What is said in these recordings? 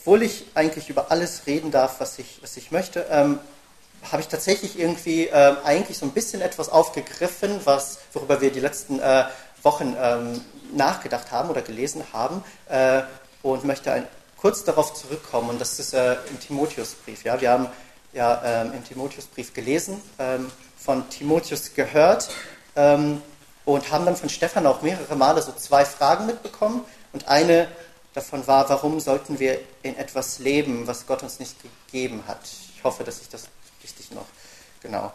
obwohl ich eigentlich über alles reden darf, was ich möchte, habe ich tatsächlich irgendwie eigentlich so ein bisschen etwas aufgegriffen, worüber wir die letzten Wochen nachgedacht haben oder gelesen haben und möchte kurz darauf zurückkommen. Und das ist im Timotheusbrief. Ja? Wir haben ja im Timotheusbrief gelesen, von Timotheus gehört und haben dann von Stefan auch mehrere Male so 2 Fragen mitbekommen. Und eine davon war, warum sollten wir in etwas leben, was Gott uns nicht gegeben hat? Ich hoffe, dass ich das richtig noch, genau.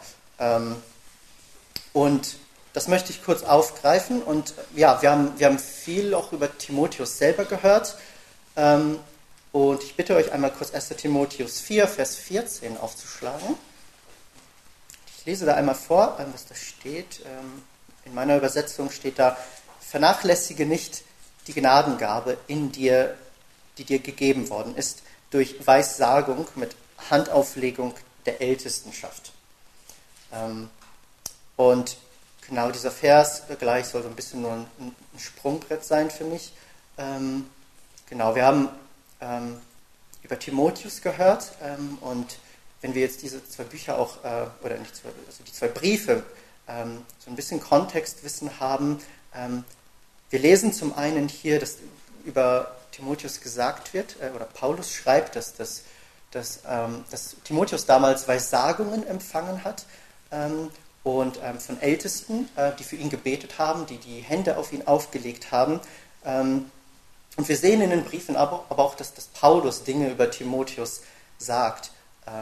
Und das möchte ich kurz aufgreifen. Und ja, wir haben viel auch über Timotheus selber gehört. Und ich bitte euch einmal kurz 1. Timotheus 4, Vers 14 aufzuschlagen. Ich lese da einmal vor, was da steht. In meiner Übersetzung steht da: Vernachlässige nicht die Gnadengabe in dir, die dir gegeben worden ist, durch Weissagung mit Handauflegung der Ältestenschaft. Und genau dieser Vers gleich soll so ein bisschen nur ein Sprungbrett sein für mich. Genau, wir haben über Timotheus gehört und wenn wir jetzt diese 2 Bücher auch, oder nicht 2, also die 2 Briefe, so ein bisschen Kontextwissen haben, wir lesen zum einen hier, dass über Timotheus gesagt wird, oder Paulus schreibt, dass Timotheus damals Weissagungen empfangen hat und von Ältesten, die für ihn gebetet haben, die die Hände auf ihn aufgelegt haben. Und wir sehen in den Briefen aber auch, dass Paulus Dinge über Timotheus sagt.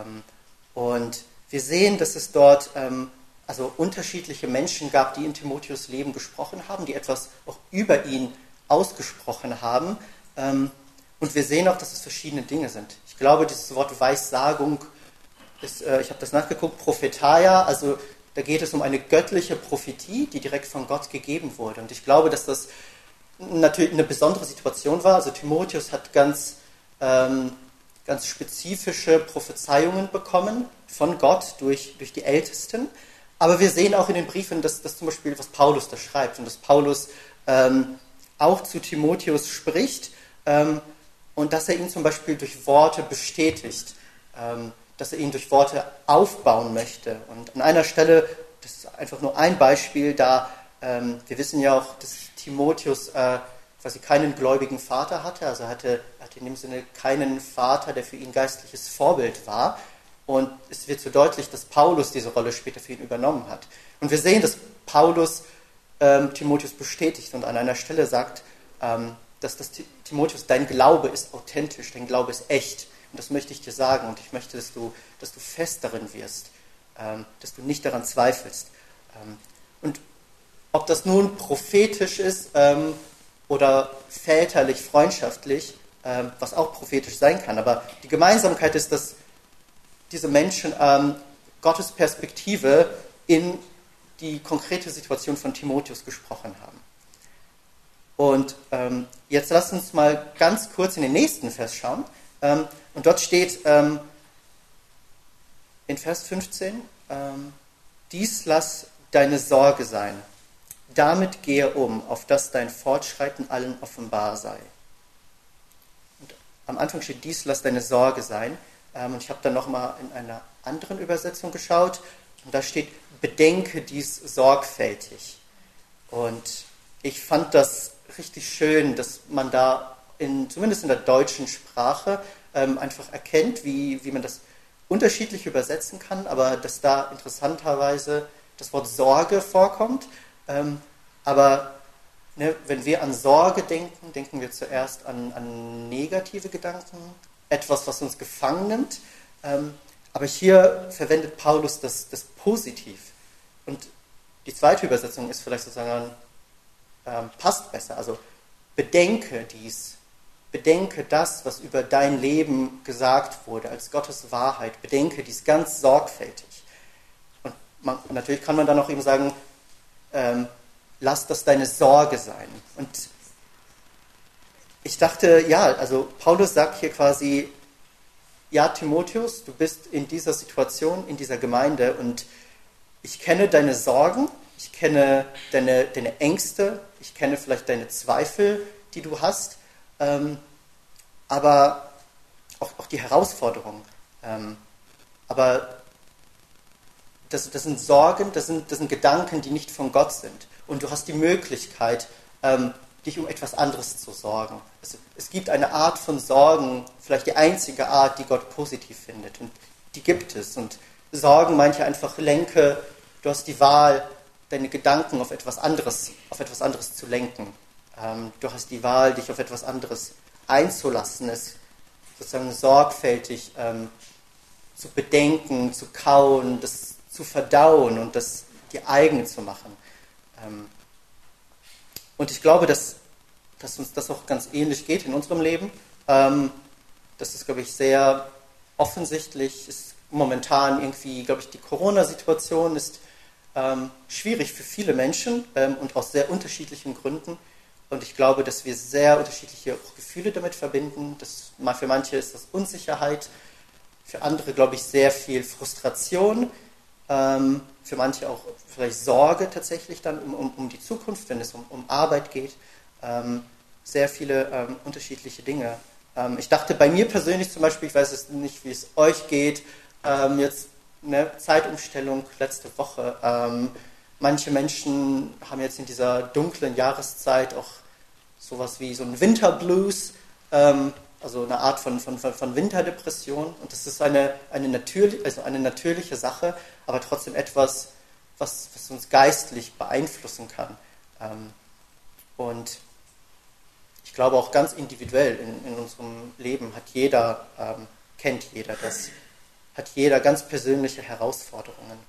Und wir sehen, dass es dort also unterschiedliche Menschen gab, die in Timotheus Leben gesprochen haben, die etwas auch über ihn ausgesprochen haben. Und wir sehen auch, dass es verschiedene Dinge sind. Ich glaube, dieses Wort Weissagung ist, ich habe das nachgeguckt, Prophetia, also da geht es um eine göttliche Prophetie, die direkt von Gott gegeben wurde. Und ich glaube, dass das natürlich eine besondere Situation war. Also Timotheus hat ganz spezifische Prophezeiungen bekommen von Gott durch die Ältesten. Aber wir sehen auch in den Briefen, dass zum Beispiel, was Paulus da schreibt und dass Paulus auch zu Timotheus spricht und dass er ihn zum Beispiel durch Worte bestätigt, dass er ihn durch Worte aufbauen möchte. Und an einer Stelle, das ist einfach nur ein Beispiel, wir wissen ja auch, dass Timotheus quasi keinen gläubigen Vater hatte, also er hatte in dem Sinne keinen Vater, der für ihn geistliches Vorbild war. Und es wird so deutlich, dass Paulus diese Rolle später für ihn übernommen hat. Und wir sehen, dass Paulus Timotheus bestätigt und an einer Stelle sagt, dass Timotheus, dein Glaube ist authentisch, dein Glaube ist echt. Und das möchte ich dir sagen und ich möchte, dass du fest darin wirst, dass du nicht daran zweifelst. Und ob das nun prophetisch ist oder väterlich, freundschaftlich, was auch prophetisch sein kann, aber die Gemeinsamkeit ist, dass diese Menschen Gottes Perspektive in die konkrete Situation von Timotheus gesprochen haben. Und jetzt lasst uns mal ganz kurz in den nächsten Vers schauen. Und dort steht in Vers 15, dies lass deine Sorge sein. Damit gehe auf dass dein Fortschreiten allen offenbar sei. Und am Anfang steht, dies lass deine Sorge sein. Und ich habe dann nochmal in einer anderen Übersetzung geschaut und da steht, bedenke dies sorgfältig. Und ich fand das richtig schön, dass man da zumindest in der deutschen Sprache einfach erkennt, wie man das unterschiedlich übersetzen kann, aber dass da interessanterweise das Wort Sorge vorkommt. Aber wenn wir an Sorge denken, denken wir zuerst an negative Gedanken, etwas, was uns gefangen nimmt. Aber hier verwendet Paulus das positiv. Und die zweite Übersetzung ist vielleicht sozusagen, passt besser. Also bedenke dies. Bedenke das, was über dein Leben gesagt wurde, als Gottes Wahrheit. Bedenke dies ganz sorgfältig. Und natürlich kann man dann auch eben sagen, lass das deine Sorge sein. Und ich dachte, ja, also Paulus sagt hier quasi, ja, Timotheus, du bist in dieser Situation, in dieser Gemeinde und ich kenne deine Sorgen, ich kenne deine Ängste, ich kenne vielleicht deine Zweifel, die du hast, aber die Herausforderung. Aber das sind Sorgen, das sind Gedanken, die nicht von Gott sind. Und du hast die Möglichkeit, dich um etwas anderes zu sorgen. Es gibt eine Art von Sorgen, vielleicht die einzige Art, die Gott positiv findet. Und die gibt es. Und Sorgen meint ja einfach, lenke, du hast die Wahl, deine Gedanken auf etwas anderes zu lenken. Du hast die Wahl, dich auf etwas anderes einzulassen, es sozusagen sorgfältig zu bedenken, zu kauen, das zu verdauen und das dir eigen zu machen. Und ich glaube, dass uns das auch ganz ähnlich geht in unserem Leben. Das ist, glaube ich, sehr offensichtlich. Ist momentan irgendwie, glaube ich, die Corona-Situation ist schwierig für viele Menschen und aus sehr unterschiedlichen Gründen. Und ich glaube, dass wir sehr unterschiedliche Gefühle damit verbinden. Für manche ist das Unsicherheit, für andere, glaube ich, sehr viel Frustration, für manche auch vielleicht Sorge tatsächlich dann um die Zukunft, wenn es um Arbeit geht. Sehr viele unterschiedliche Dinge. Ich dachte bei mir persönlich zum Beispiel, ich weiß es nicht, wie es euch geht, jetzt eine Zeitumstellung letzte Woche. Manche Menschen haben jetzt in dieser dunklen Jahreszeit auch sowas wie so einen Winterblues, also eine Art von Winterdepression. Und das ist eine natürliche Sache, aber trotzdem etwas, was uns geistlich beeinflussen kann. Und ich glaube auch ganz individuell in unserem Leben kennt jeder das, hat jeder ganz persönliche Herausforderungen.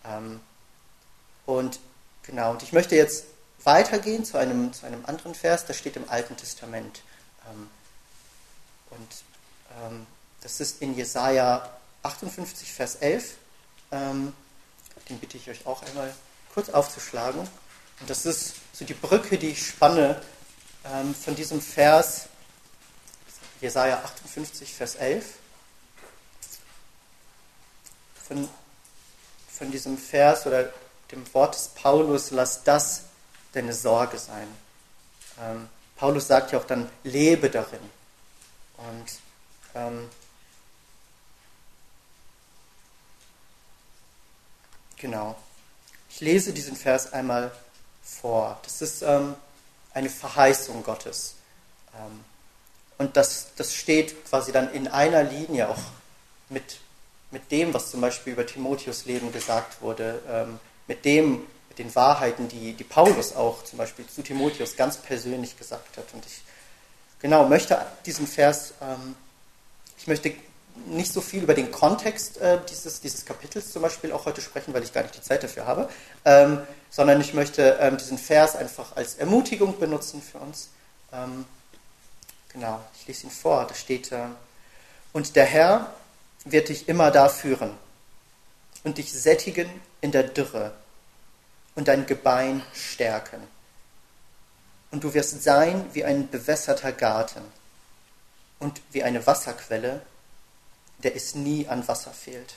Und ich möchte jetzt weitergehen zu einem anderen Vers, das steht im Alten Testament. Das ist in Jesaja 58, Vers 11. Den bitte ich euch auch einmal kurz aufzuschlagen. Und das ist so die Brücke, die ich spanne von diesem Vers, Jesaja 58, Vers 11. Von diesem Vers oder dem Wort des Paulus, lass das deine Sorge sein. Paulus sagt ja auch dann, lebe darin. Und ich lese diesen Vers einmal vor. Das ist eine Verheißung Gottes. Und das steht quasi dann in einer Linie auch mit dem, was zum Beispiel über Timotheus Leben gesagt wurde, mit den Wahrheiten, die Paulus auch zum Beispiel zu Timotheus ganz persönlich gesagt hat. Und ich möchte diesen Vers, ich möchte nicht so viel über den Kontext dieses Kapitels zum Beispiel auch heute sprechen, weil ich gar nicht die Zeit dafür habe, sondern ich möchte diesen Vers einfach als Ermutigung benutzen für uns. Ich lese ihn vor, da steht, und der Herr wird dich immer da führen und dich sättigen in der Dürre und dein Gebein stärken. Und du wirst sein wie ein bewässerter Garten und wie eine Wasserquelle, der es nie an Wasser fehlt.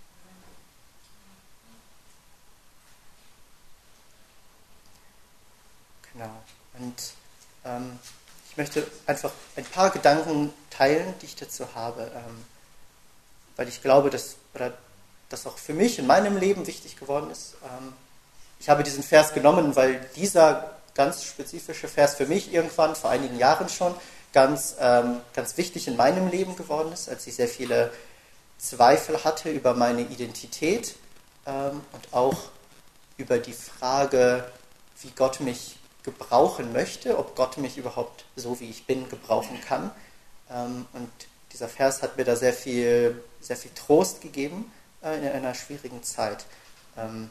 Und ich möchte einfach ein paar Gedanken teilen, die ich dazu habe, weil ich glaube, dass das auch für mich in meinem Leben wichtig geworden ist. Ich habe diesen Vers genommen, weil dieser ganz spezifische Vers für mich irgendwann, vor einigen Jahren schon, ganz wichtig in meinem Leben geworden ist, als ich sehr viele Zweifel hatte über meine Identität und auch über die Frage, wie Gott mich gebrauchen möchte, ob Gott mich überhaupt so, wie ich bin, gebrauchen kann. Und dieser Vers hat mir da sehr viel Trost gegeben in einer schwierigen Zeit. Und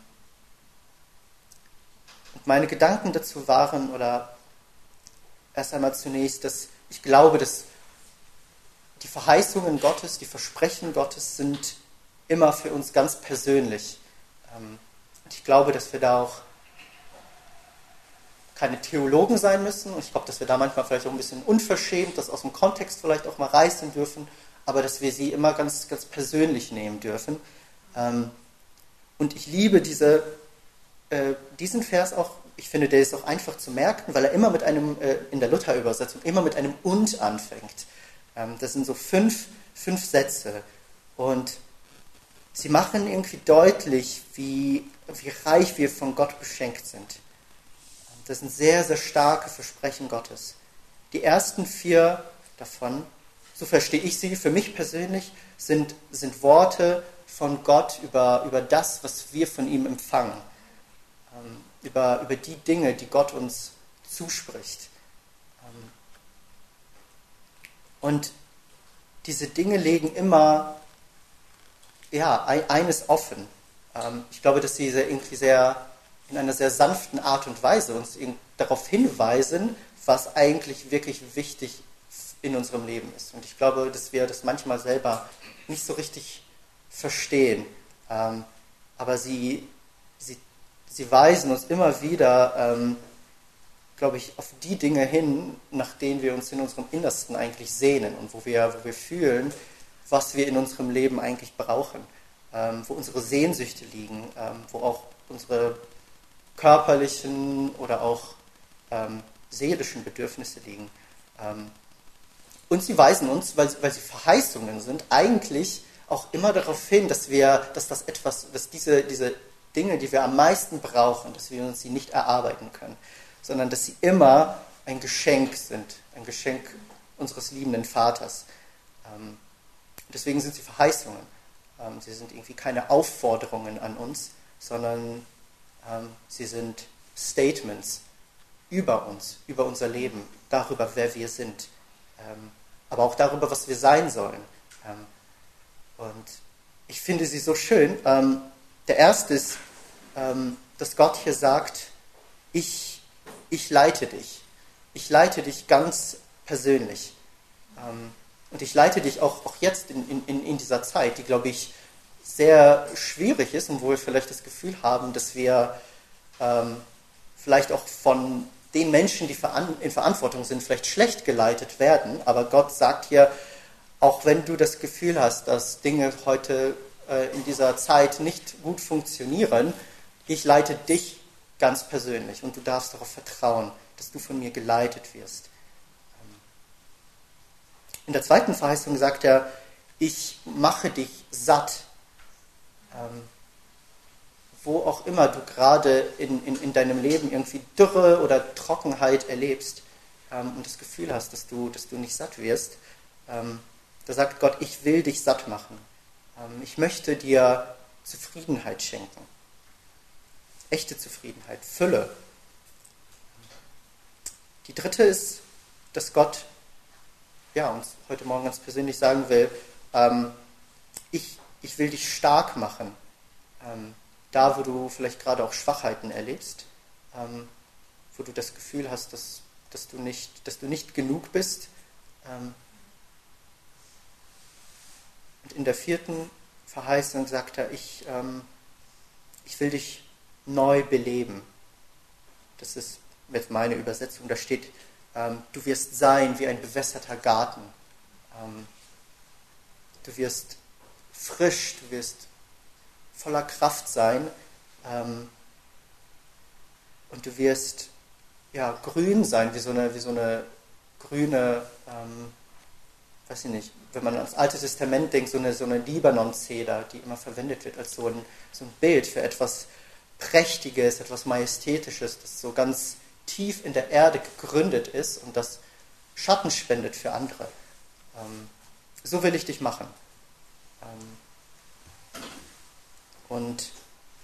meine Gedanken dazu waren, oder erst einmal zunächst, dass ich glaube, dass die Verheißungen Gottes, die Versprechen Gottes sind immer für uns ganz persönlich. Und ich glaube, dass wir da auch keine Theologen sein müssen. Und ich glaube, dass wir da manchmal vielleicht auch ein bisschen unverschämt das aus dem Kontext vielleicht auch mal reißen dürfen, aber dass wir sie immer ganz, ganz persönlich nehmen dürfen. Und ich liebe diesen Vers auch. Ich finde, der ist auch einfach zu merken, weil er immer mit einem, in der Luther-Übersetzung, immer mit einem und anfängt. Das sind so fünf Sätze und sie machen irgendwie deutlich, wie reich wir von Gott beschenkt sind. Das sind sehr, sehr starke Versprechen Gottes. Die ersten 4 davon, so verstehe ich sie, für mich persönlich, sind Worte von Gott über das, was wir von ihm empfangen. Über die Dinge, die Gott uns zuspricht. Und diese Dinge legen immer eines offen. Ich glaube, dass sie irgendwie in einer sehr sanften Art und Weise uns darauf hinweisen, was eigentlich wirklich wichtig in unserem Leben ist. Und ich glaube, dass wir das manchmal selber nicht so richtig verstehen. Aber sie weisen uns immer wieder, glaube ich, auf die Dinge hin, nach denen wir uns in unserem Innersten eigentlich sehnen und wo wir fühlen, was wir in unserem Leben eigentlich brauchen, wo unsere Sehnsüchte liegen, wo auch unsere körperlichen oder auch seelischen Bedürfnisse liegen. Und sie weisen uns, weil sie Verheißungen sind, eigentlich auch immer darauf hin, dass diese Dinge, die wir am meisten brauchen, dass wir uns sie nicht erarbeiten können, sondern dass sie immer ein Geschenk sind, ein Geschenk unseres liebenden Vaters. Deswegen sind sie Verheißungen. Sie sind irgendwie keine Aufforderungen an uns, sondern sie sind Statements über uns, über unser Leben, darüber, wer wir sind, aber auch darüber, was wir sein sollen. Und ich finde sie so schön. Der erste ist, dass Gott hier sagt, ich leite dich. Ich leite dich ganz persönlich. Und ich leite dich auch jetzt in dieser Zeit, die, glaube ich, sehr schwierig ist und wo wir vielleicht das Gefühl haben, dass wir vielleicht auch von den Menschen, die in Verantwortung sind, vielleicht schlecht geleitet werden. Aber Gott sagt hier, auch wenn du das Gefühl hast, dass Dinge heute in dieser Zeit nicht gut funktionieren, ich leite dich ganz persönlich und du darfst darauf vertrauen, dass du von mir geleitet wirst. In der zweiten Verheißung sagt er, ich mache dich satt. Wo auch immer du gerade in deinem Leben irgendwie Dürre oder Trockenheit erlebst und das Gefühl hast, dass du nicht satt wirst, da sagt Gott, ich will dich satt machen. Ich möchte dir Zufriedenheit schenken. Echte Zufriedenheit, Fülle. Die dritte ist, dass Gott uns heute Morgen ganz persönlich sagen will, ich will dich stark machen. Da, wo du vielleicht gerade auch Schwachheiten erlebst, wo du das Gefühl hast, dass du nicht genug bist. Und in der vierten Verheißung sagt er, ich will dich neu beleben. Das ist jetzt meine Übersetzung, da steht, du wirst sein wie ein bewässerter Garten. Du wirst frisch, du wirst voller Kraft sein und du wirst grün sein, wie so eine grüne, weiß ich nicht, wenn man ans Alte Testament denkt, so eine Libanon-Zeder, die immer verwendet wird als so ein Bild für etwas Prächtiges, etwas Majestätisches, das so ganz tief in der Erde gegründet ist und das Schatten spendet für andere. So will ich dich machen. Und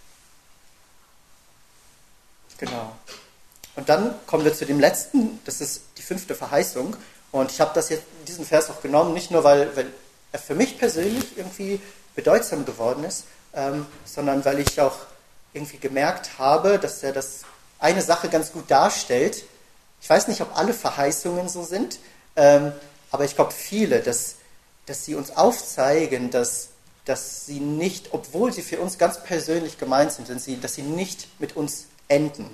genau. Und dann kommen wir zu dem letzten, das ist die 5. Verheißung. Und ich habe diesen Vers auch genommen, nicht nur, weil er für mich persönlich irgendwie bedeutsam geworden ist, sondern weil ich auch irgendwie gemerkt habe, dass er das eine Sache ganz gut darstellt. Ich weiß nicht, ob alle Verheißungen so sind, aber ich glaube viele, dass sie uns aufzeigen, dass sie nicht, obwohl sie für uns ganz persönlich gemeint sind, dass sie nicht mit uns enden.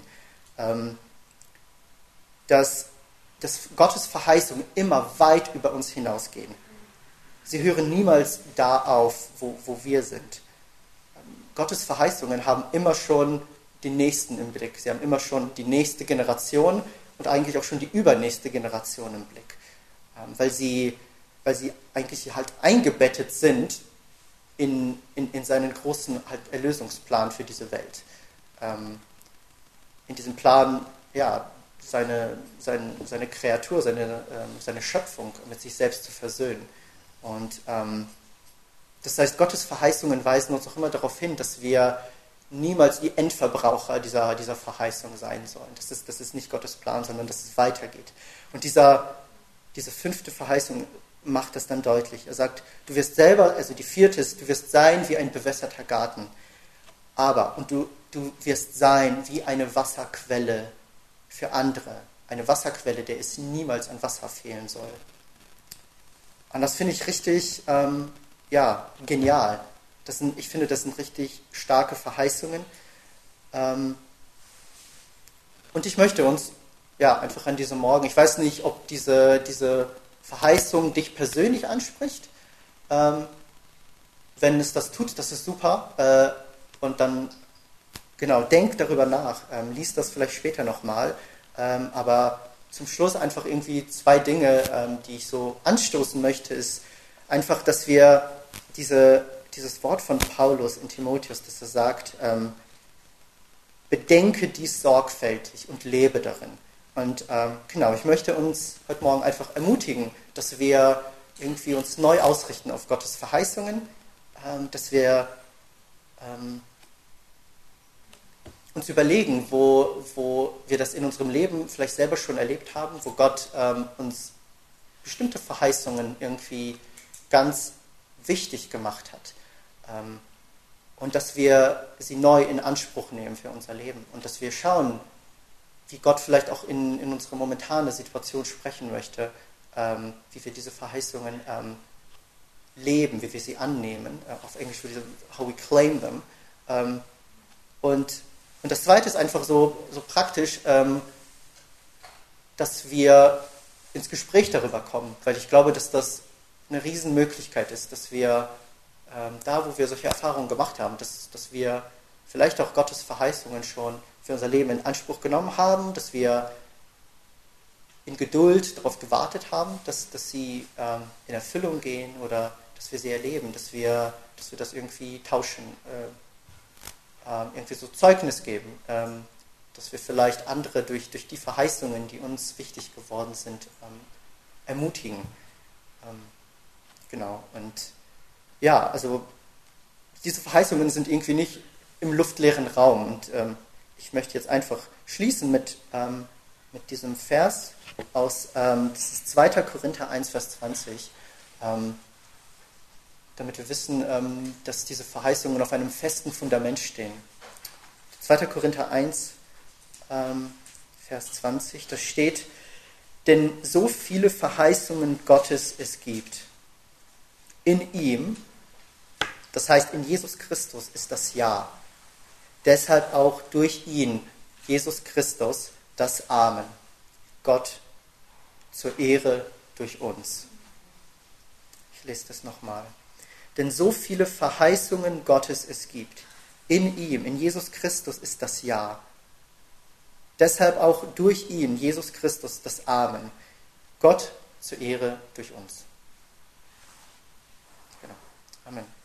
Dass Gottes Verheißungen immer weit über uns hinausgehen. Sie hören niemals da auf, wo wir sind. Gottes Verheißungen haben immer schon den Nächsten im Blick. Sie haben immer schon die nächste Generation und eigentlich auch schon die übernächste Generation im Blick. Weil sie weil sie eigentlich halt eingebettet sind in seinen großen halt Erlösungsplan für diese Welt. In diesem Plan, ja, seine Kreatur, seine Schöpfung mit sich selbst zu versöhnen. Und das heißt, Gottes Verheißungen weisen uns auch immer darauf hin, dass wir niemals die Endverbraucher dieser Verheißung sein sollen. Das ist nicht Gottes Plan, sondern dass es weitergeht. Und diese 5. Verheißung macht das dann deutlich. Er sagt, du wirst selber, also die 4. ist, du wirst sein wie ein bewässerter Garten. Und du wirst sein wie eine Wasserquelle für andere. Eine Wasserquelle, der es niemals an Wasser fehlen soll. Und das finde ich richtig, genial. Ich finde, das sind richtig starke Verheißungen. Und ich möchte uns, einfach an diesem Morgen, ich weiß nicht, ob diese Verheißung dich persönlich anspricht. Wenn es das tut, das ist super. Und dann, denk darüber nach. Lies das vielleicht später nochmal. Aber zum Schluss einfach irgendwie 2 Dinge, die ich so anstoßen möchte, ist einfach, dass wir dieses Wort von Paulus in Timotheus, dass er sagt, bedenke dies sorgfältig und lebe darin. Und ich möchte uns heute Morgen einfach ermutigen, dass wir irgendwie uns neu ausrichten auf Gottes Verheißungen, dass wir uns überlegen, wo wir das in unserem Leben vielleicht selber schon erlebt haben, wo Gott uns bestimmte Verheißungen irgendwie ganz wichtig gemacht hat. Und dass wir sie neu in Anspruch nehmen für unser Leben. Und dass wir schauen, wie Gott vielleicht auch in unsere momentane Situation sprechen möchte, wie wir diese Verheißungen leben, wie wir sie annehmen. Auf Englisch würde ich how we claim them. Und das Zweite ist einfach so praktisch, dass wir ins Gespräch darüber kommen, weil ich glaube, dass das eine Riesenmöglichkeit ist, dass wir da, wo wir solche Erfahrungen gemacht haben, dass wir vielleicht auch Gottes Verheißungen schon für unser Leben in Anspruch genommen haben, dass wir in Geduld darauf gewartet haben, dass sie in Erfüllung gehen oder dass wir sie erleben, dass wir das irgendwie tauschen, irgendwie so Zeugnis geben, dass wir vielleicht andere durch die Verheißungen, die uns wichtig geworden sind, ermutigen. Und also diese Verheißungen sind irgendwie nicht im luftleeren Raum. Und ich möchte jetzt einfach schließen mit diesem Vers aus, das ist 2. Korinther 1, Vers 20, damit wir wissen, dass diese Verheißungen auf einem festen Fundament stehen. 2. Korinther 1, Vers 20, da steht, denn so viele Verheißungen Gottes es gibt. In ihm, das heißt in Jesus Christus, ist das Ja. Deshalb auch durch ihn, Jesus Christus, das Amen. Gott zur Ehre durch uns. Ich lese das nochmal. Denn so viele Verheißungen Gottes es gibt. In ihm, in Jesus Christus ist das Ja. Deshalb auch durch ihn, Jesus Christus, das Amen. Gott zur Ehre durch uns. Genau. Amen.